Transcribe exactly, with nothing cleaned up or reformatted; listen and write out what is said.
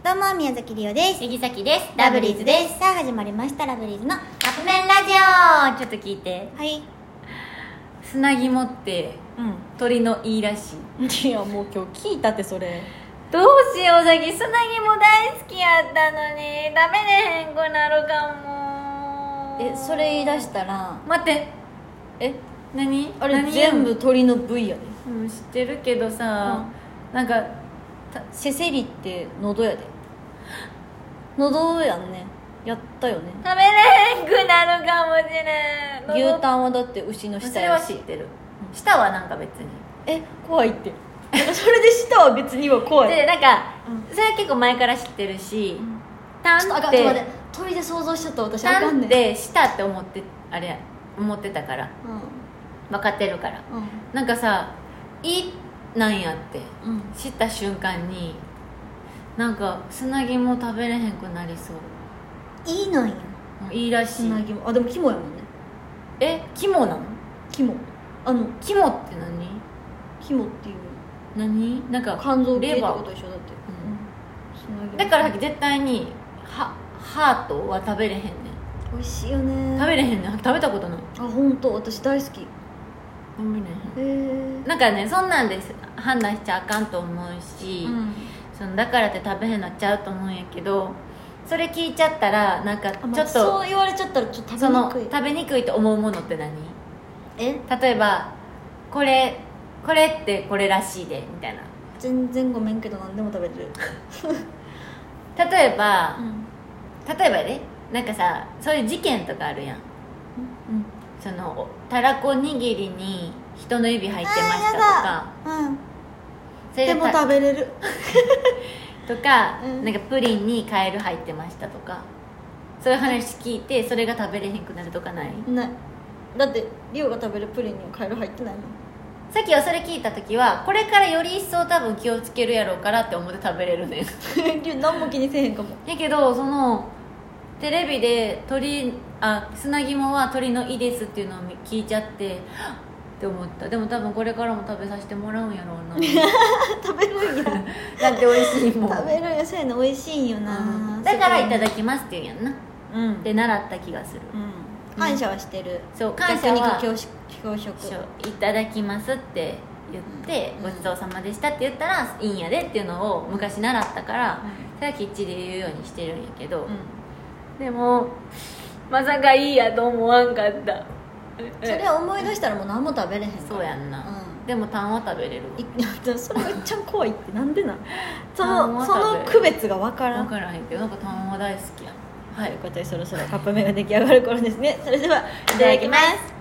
どうも宮崎りおです。 杉崎です。 ラブリーズです。さあ始まりましたラブリーズのカップ麺ラジオ。ちょっと聞いて。 はい。 砂肝ってうん鳥のいいらしい。 いやもう今日聞いたってそれ。 どうしよう、さっき砂肝大好きやったのに食べれへんくなるかも。 えそれ言い出したら待って、 え何あれ何全部鳥の部位やで。 うん、知ってるけどさ、なんかせせりって喉やで。喉やんね。やったよね。 食べれへんくなるかもしれん。 牛タンはだって牛の舌それはやし。 知ってる。舌はなんか別にえ怖いって。それで舌は別には怖い。 でなんか、 うん、 それは結構前から知ってるし、 うん、 タンちょっとあかん、 ってちょっと待って、鳥で想像しちゃった私。あかタンっんねん。 て舌って思ってあれ思ってたからう分かってるから、 んうんなんかさいいなんやってうん知った瞬間になんか砂肝食べれへんくなりそう。 いいなんや。 いいらしい。 砂肝、あでも肝やもんね。 え肝なの？ 肝、あの肝って何？ 肝っていう何？なんか肝臓系ってレバーことでしょだって、 うんうん、 だからさっき絶対にはハートは食べれへんねん。 美味しいよね。 食べれへんねん。食べたことない。 あ本当私大好き。へ食べれへん。 え。 なんかねそんなんです判断しちゃあかんと思うし、 うんそのだからって食べへんなっちゃうと思うんやけど、それ聞いちゃったらなんかちょっと、 まあ、そう言われちゃったらちょっと食べそのにくい。 食べにくいと思うものって何？ え例えばこれこれってこれらしいでみたいな。 全然ごめんけど何でも食べれる。 例えば、 うん例えばねなんかさそういう事件とかあるやん。 うんそのたらこ握りに人の指入ってましたとか、 うんそれでも食べれる。 とか、 うんなんかプリンにカエル入ってましたとか、そういう話聞いてそれが食べれへんくなるとかない？ ない。だってリオが食べるプリンにはカエル入ってないもん。 さっきはそれ聞いた時はこれからより一層多分気をつけるやろうからって思って食べれるねん。 リオ何も気にせえへんかも。 やけどそのテレビで鳥あ砂肝は鳥の胃ですっていうのを聞いちゃってって思った。でも多分これからも食べさせてもらうんやろうな。 食べるんや。 だって美味しいもん。 食べるんや。そうやの美味しいんよな、 うん、だからいただきますって言うんやんな。 うんで習った気がする。 うん、感謝はしてる。 そう感謝は逆に恐縮。 いただきますって言って、 うん、 ごちそうさまでしたって言ったらいいんやでっていうのを昔習ったから、 うん、 それはきっちり言うようにしてるんやけど、 うん、 でもまさかいいやと思わんかった。 それ思い出したらもう何も食べれへんから。 そうやんな、 うん、 でもタンは食べれるわ。 いそれめっちゃ怖いってなんでなんそタンはのその区別が分からん。 分からへんけどなんかタンは大好きやん。 はい、ということでそろそろカップ麺が出来上がる頃ですね。それではいただきます。